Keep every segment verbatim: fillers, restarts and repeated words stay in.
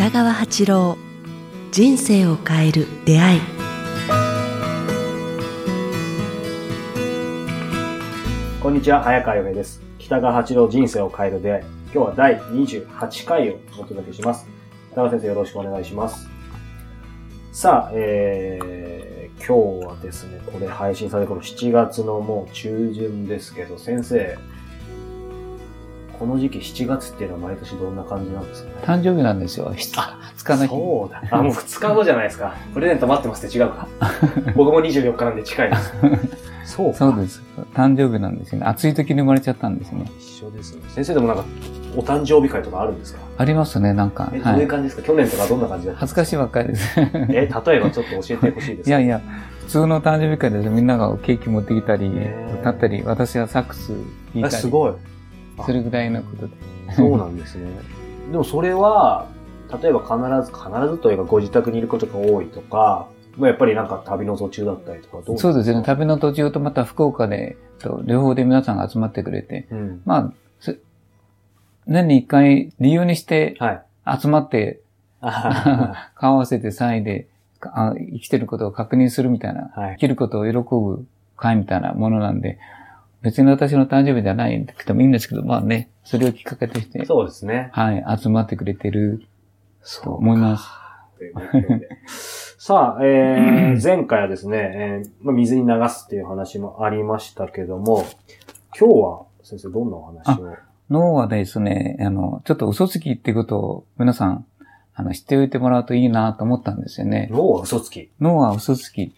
北川八郎、人生を変える出会い。 こんにちは、早川洋平です。北川八郎、人生を変える出会い。今日はだいにじゅうはちかいをお届けします。北川先生、よろしくお願いします。さあ、えー、今日はですね、これ配信される頃しちがつのもう中旬ですけど、先生、この時期しちがつっていうのは毎年どんな感じなんですかね。 誕生日なんですよ。ふつかの日。 そうだ。あ、もうふつかごじゃないですか。プレゼント待ってますって違うか。僕もにじゅうよっかなんで近いです。そうか。 そうです。誕生日なんですよね。暑い時に生まれちゃったんですね。 一緒ですね。先生でもなんか、お誕生日会とかあるんですか？ ありますね、なんか。 え、どういう感じですか？はい、去年とかどんな感じだった？ 恥ずかしいばっかりです。 え、例えばちょっと教えてほしいです。 いやいや、普通の誕生日会でみんながケーキ持ってきたり、歌ったり、私はサックス弾いたり。 すごい。 するぐらいのことで。 そうなんですね。でもそれは、例えば必ず、必ずというかご自宅にいることが多いとか、やっぱりなんか旅の途中だったりとかどうですか？ そうですね。旅の途中とまた福岡で、両方で皆さんが集まってくれて、うん、まあ、年に一回理由にして集まって、はい、顔合わせて騒いで生きてることを確認するみたいな、はい、生きることを喜ぶ会みたいなものなんで、別に私の誕生日じゃないくてもいいんですけど、まあね、それをきっかけとして、 そうですね。 はい、集まってくれてると思います。 さあ、えー、前回はですね、えーまあ、水に流すっていう話もありましたけども、今日は先生どんなお話を？ 脳はですね、あの、ちょっと嘘つきっていうことを皆さん、あの、知っておいてもらうといいなと思ったんですよね。 脳は嘘つき？ 脳は嘘つきって、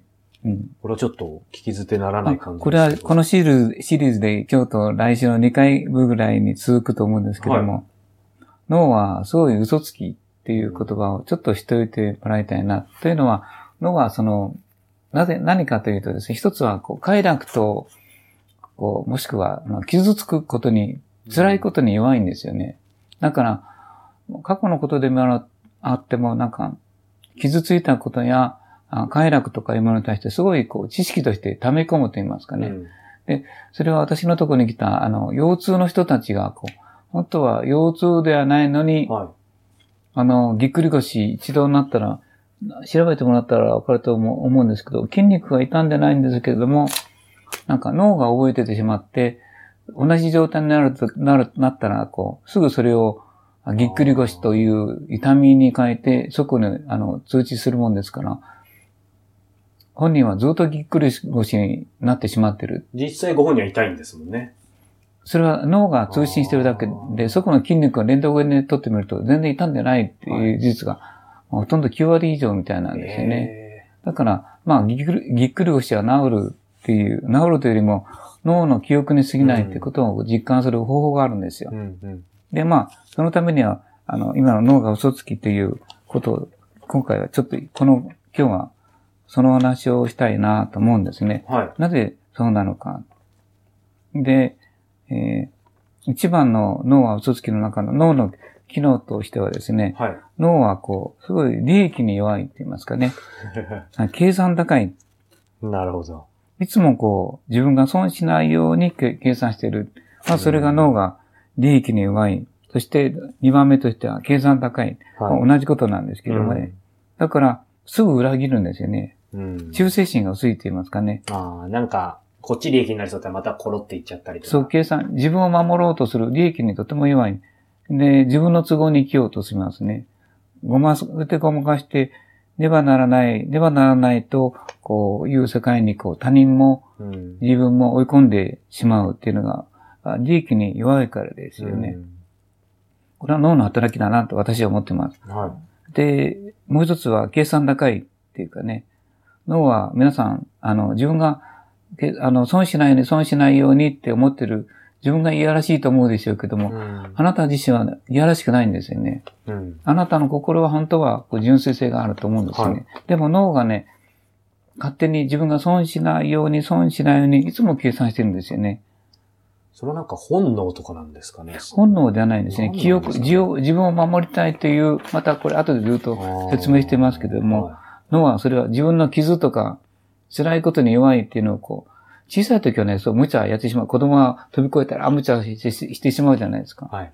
うん。 これはちょっと聞き捨てならない感じです。 これは、このシリーズ、シリーズで今日と来週のにかいぶぐらいに続くと思うんですけども、はい、脳はすごい嘘つきっていう言葉をちょっと知っておいてもらいたいな。というのは、脳はその、なぜ、何かというとですね、一つは、こう、快楽と、こう、もしくは、傷つくことに、辛いことに弱いんですよね。だから、過去のことでもあっても、なんか、傷ついたことや、快楽とかいうものに対してすごいこう知識として溜め込むと言いますかね。うん、で、それは私のところに来たあの腰痛の人たちがこう本当は腰痛ではないのに、はい、あのぎっくり腰一度になったら調べてもらったらわかると思うんですけど、筋肉が傷んでないんですけれども、なんか脳が覚えててしまって同じ状態になるとなるなったらこうすぐそれをぎっくり腰という痛みに変えてそこにあの通知するもんですから。本人はずっとぎっくり腰になってしまってる。 実際ご本人は痛いんですもんね。 それは脳が通信してるだけで、そこの筋肉がレントゲンで取ってみると全然痛んでないっていう事実が、はい、ほとんどきゅうわり以上みたいなんですよね。だから、まあぎっくり、ぎっくり腰は治るっていう、治るというよりも脳の記憶に過ぎないってことを実感する方法があるんですよ。うんうん、で、まあ、そのためには、あの、今の脳が嘘つきということを、今回はちょっと、この、今日は、その話をしたいなと思うんですね。はい。なぜそうなのか。で、えー、一番の脳は嘘つきの中の脳の機能としてはですね、はい、脳はこう、すごい利益に弱いって言いますかね。計算高い。 なるほど。 いつもこう、自分が損しないように計算している。まあ、それが脳が利益に弱い。そしてにばんめとしては計算高い。はい、同じことなんですけどもね。うん、だから、すぐ裏切るんですよね。うん、忠誠心が薄いと言いますかね。 ああ、なんか、こっち利益になりそうだったらまたコロっていっちゃったりとか。 そう、計算、自分を守ろうとする利益にとても弱い。で、自分の都合に生きようとしますね。ごま、てごまかして、ねばならない、ねばならないと、こういう世界にこう他人も、自分も追い込んでしまうっていうのが、利益に弱いからですよね。うん、これは脳の働きだなと私は思ってます。はい、で、もう一つは計算高いっていうかね、脳は皆さん、あの、自分が、あの、損しないように損しないようにって思ってる、自分がいやらしいと思うでしょうけども、うん、あなた自身はいやらしくないんですよね。うん、あなたの心は本当はこう純粋性があると思うんですよね。はい、でも脳がね、勝手に自分が損しないように損しないようにいつも計算してるんですよね。 それはなんか本能とかなんですかね。 本能ではないんですね。記憶、自を、自分を守りたいという、またこれ後でずっと説明してますけども、はい、脳はそれは自分の傷とか辛いことに弱いっていうのをこう、小さい時はね、そう無茶やってしまう。子供は飛び越えたら、あ、無茶して、してしまうじゃないですか。はい。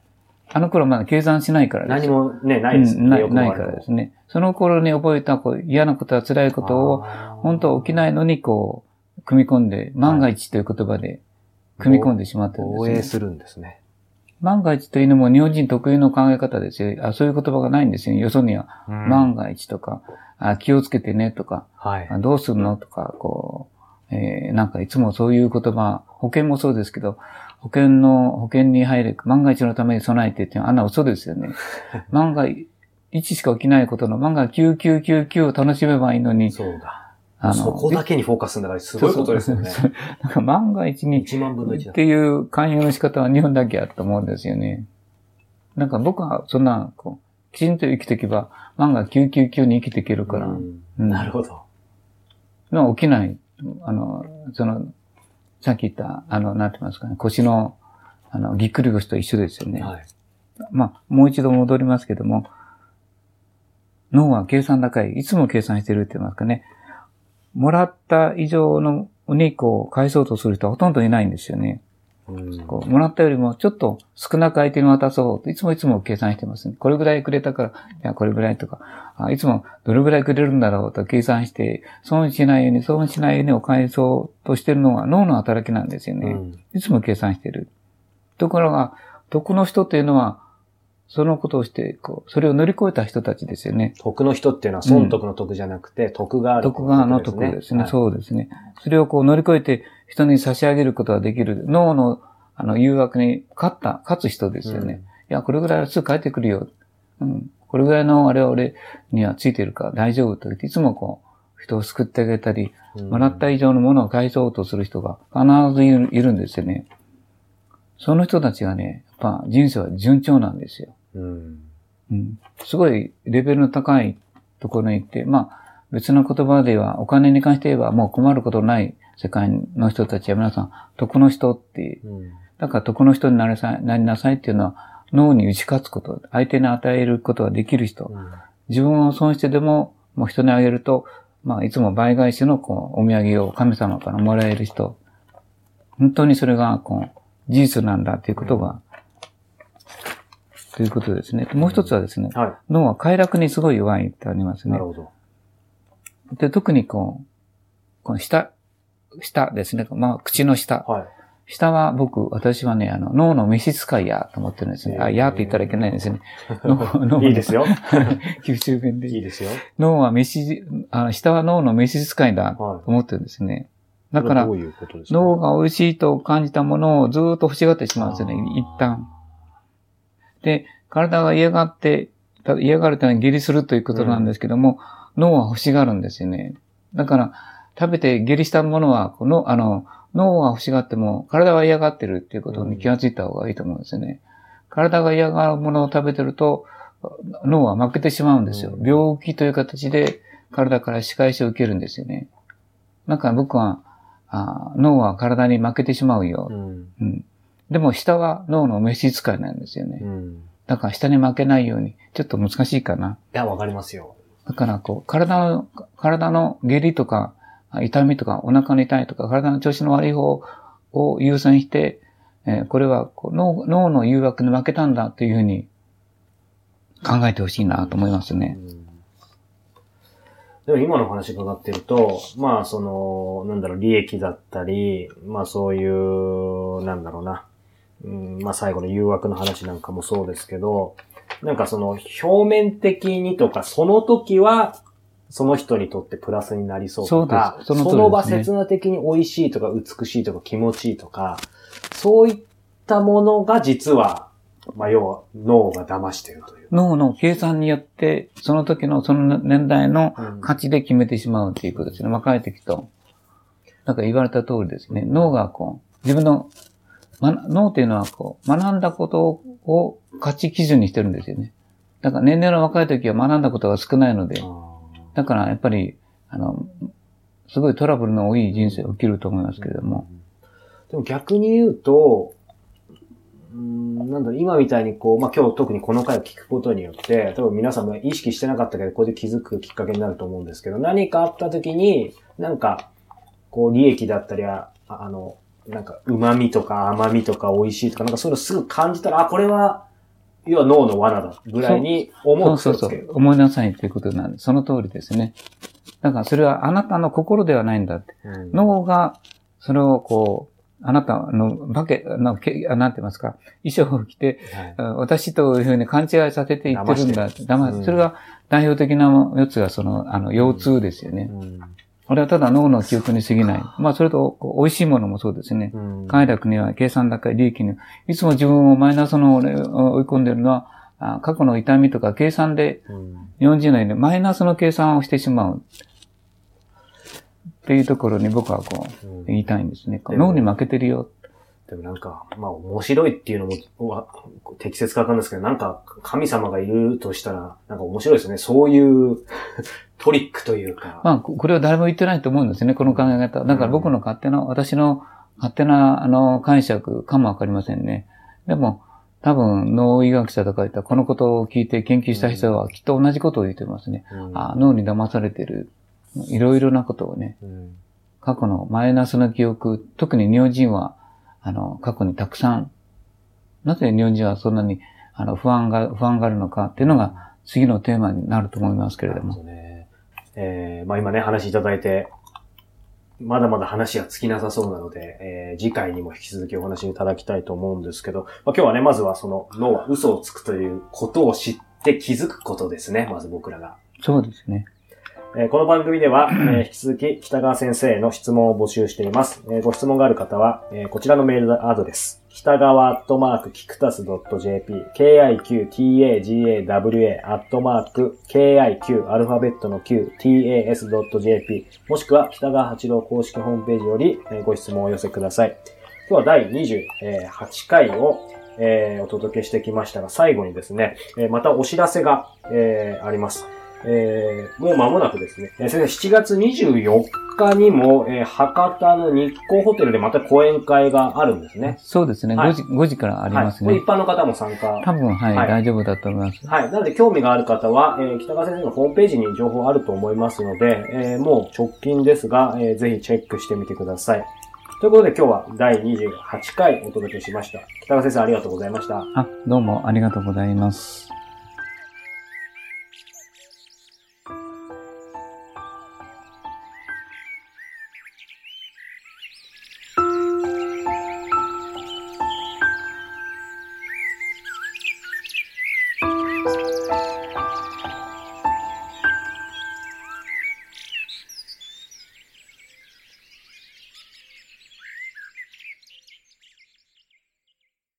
あの頃まだ計算しないからです。 何もね、ないですね。 うん、ない、ないからですね。その頃に覚えたこう嫌なことや辛いことを、本当は起きないのにこう、組み込んで、万が一という言葉で組み込んでしまってるんですね。 防衛するんですね。 万が一というのも日本人特有の考え方ですよ。あ、そういう言葉がないんですよ。よそには。うん、万が一とか、あ、気をつけてねとか、はい、どうするのとか、こう、えー、なんかいつもそういう言葉、保険もそうですけど、保険の、保険に入る、万が一のために備えてっていうのはあんな嘘ですよね。万が一しか起きないことの、万がきゅうきゅうきゅうきゅうを楽しめばいいのに。 そうだ。あのそこだけにフォーカスするんだからすごいことですよね。 そうそうなんか万が一に。 いちまんぶんのいちだ。 っていう勧誘の仕方は日本だけあると思うんですよね。なんか僕はそんな、こう、きちんと生きていけば、万がきゅうきゅうきゅうに生きていけるから。 うんうん、なるほど。 の起きない。あの、その、さっき言った、あの、なんて言いますかね、腰の、あの、ぎっくり腰と一緒ですよね。はい。まあ、もう一度戻りますけども、脳は計算高い。いつも計算してるって言いますかね。もらった以上のお肉を返そうとする人はほとんどいないんですよね。うんこうもらったよりもちょっと少なく相手に渡そうといつもいつも計算してますね。これぐらいくれたから、いや、これぐらいとか、あいつもどれぐらいくれるんだろうと計算して、損しないように、損しないようにを返そうとしてるのは脳の働きなんですよね。うん、いつも計算してる。ところが、得の人っていうのは、そのことをして、こう、それを乗り越えた人たちですよね。 得の人っていうのは損得の得じゃなくて、うん、得がある、 得がの得ですね、はい。そうですね。それをこう乗り越えて人に差し上げることができる。脳のあの誘惑に勝った、勝つ人ですよね。うん、いや、これぐらいはすぐ帰ってくるよ。うん。これぐらいのあれは俺にはついてるから大丈夫と言って、いつもこう、人を救ってあげたり、うん、もらった以上のものを返そうとする人が必ずいる、いるんですよね。その人たちがね、やっぱ人生は順調なんですよ。うんうん、すごいレベルの高いところに行って、まあ別の言葉ではお金に関して言えばもう困ることない世界の人たちは皆さん得の人っていう、うん、だから得の人になりさなりなさいっていうのは脳に打ち勝つこと、相手に与えることができる人、うん、自分を損してでももう人にあげると、まあいつも倍返しのこうお土産を神様からもらえる人、本当にそれがこう事実なんだっていうことが、うんということですね。もう一つはですね、うんはい、脳は快楽にすごい弱いってありますね。 なるほど。 で、特にこう、この下、下ですね。まあ、口の下。はい、下は僕、私はね、あの、脳の召使いやと思ってるんですね。あ、やって言ったらいけないんですね。 脳いいですよ。 九州弁で。 いいですよ。 脳は召し、あの、下は脳の召使いだと思ってるんですね。はい、だから、 どういうことですか？ 脳が美味しいと感じたものをずーっと欲しがってしまうんですよね。一旦。で、体が嫌がって、嫌がるというのは下痢するということなんですけども、うん、脳は欲しがるんですよね。だから、食べて下痢したものは、この、あの、脳は欲しがっても、体は嫌がってるっていうことに気がついた方がいいと思うんですよね。うん、体が嫌がるものを食べてると、脳は負けてしまうんですよ。うん、病気という形で体から仕返しを受けるんですよね。だから僕は、あ脳は体に負けてしまうよ。うんうんでも下は脳の召使いなんですよね。うん、だから下に負けないように、ちょっと難しいかな。 いや、わかりますよ。 だからこう、体の、体の下痢とか、痛みとか、お腹の痛いとか、体の調子の悪い方を優先して、えー、これはこう 脳, 脳の誘惑に負けたんだというふうに考えてほしいなと思いますね。うん、 でも今の話伺ってると、まあその、なんだろう、利益だったり、まあそういう、なんだろうな、うん、まあ最後の誘惑の話なんかもそうですけど、なんかその表面的にとかその時はその人にとってプラスになりそうとか、そうです。その、ね、その場刹那的に美味しいとか美しいとか気持ちいいとか、そういったものが実は、まあ要は脳が騙しているという。 脳の計算によってその時のその年代の価値で決めてしまうっていうことですね。若い時と。なんか言われた通りですね。脳がこう、自分のま、脳っていうのはこう、学んだことを価値基準にしてるんですよね。だから年齢の若い時は学んだことが少ないので、だからやっぱり、あの、すごいトラブルの多い人生起きると思いますけれども。 でも逆に言うと、うーんなんだろう、今みたいにこう、まあ、今日特にこの回を聞くことによって、多分皆さんも意識してなかったけど、これで気づくきっかけになると思うんですけど、何かあった時に、なんか、こう、利益だったり、ああの、なんか、旨味とか甘みとか美味しいとか、なんかそういうのすぐ感じたら、あ、これは、 要は脳の罠だぐらいに思う癖をつける。 そうそうそう。思いなさいっていうことなんで、その通りですね。だからそれはあなたの心ではないんだって。うん、脳が、それをこう、あなたの化け、なんて言いますか、衣装を着て、はい、私というふうに勘違いさせていってるんだって。騙して、それが代表的なやつがその、あの、腰痛ですよね。うん、これはただ脳の記憶に過ぎない。まあ、それと、美味しいものもそうですね。うん、快楽には計算高い利益に、いつも自分をマイナスの追い込んでいるのは、過去の痛みとか計算で、うん、日本人のようにマイナスの計算をしてしまう。っていうところに僕はこう、うん、言いたいんですね。脳に負けてるよ。 でもなんか、まあ面白いっていうのも適切かわかんないですけど、なんか神様がいるとしたら、なんか面白いですね。そういうトリックというか。 まあ、これは誰も言ってないと思うんですね、この考え方。だから僕の勝手な、私の勝手なあの解釈かもわかりませんね。でも、多分脳医学者とか言ったらこのことを聞いて研究した人はきっと同じことを言ってますね。うん、あ脳に騙されてる。いろいろなことをね、うん、過去のマイナスの記憶、特に日本人は、あの、過去にたくさん、なぜ日本人はそんなに、あの、不安が、不安があるのかっていうのが、次のテーマになると思いますけれども。 なるほどね。えー、まあ今ね、話いただいて、まだまだ話は尽きなさそうなので、えー、次回にも引き続きお話いただきたいと思うんですけど、まあ、今日はね、まずはその脳は嘘をつくということを知って気づくことですね、まず僕らが。 そうですね。 えー、この番組では、えー、引き続き北川先生への質問を募集しています。えー、ご質問がある方は、えー、こちらのメールアドレス、北川アットマークキクタス .jp、キクタガワ アットマーク キク アルファベットの Q、tas.jp、もしくは北川八郎公式ホームページより、えー、ご質問をお寄せください。今日はだいにじゅうはちかいを、えー、お届けしてきましたが、最後にですね、えー、またお知らせが、えー、あります。えー、もう間もなくですね、えー、先生しちがつにじゅうよっかにも、えー、博多の日光ホテルでまた講演会があるんですね。 そうですね。はい、ごじ、ごじからありますね。 はい、これ一般の方も参加。 多分、はい、はい、大丈夫だと思います。 はい。なので興味がある方は、えー、北川先生のホームページに情報あると思いますので、えー、もう直近ですが、えー、ぜひチェックしてみてください。ということで今日はだいにじゅうはちかいお届けしました。北川先生ありがとうございました。 あ、どうもありがとうございます。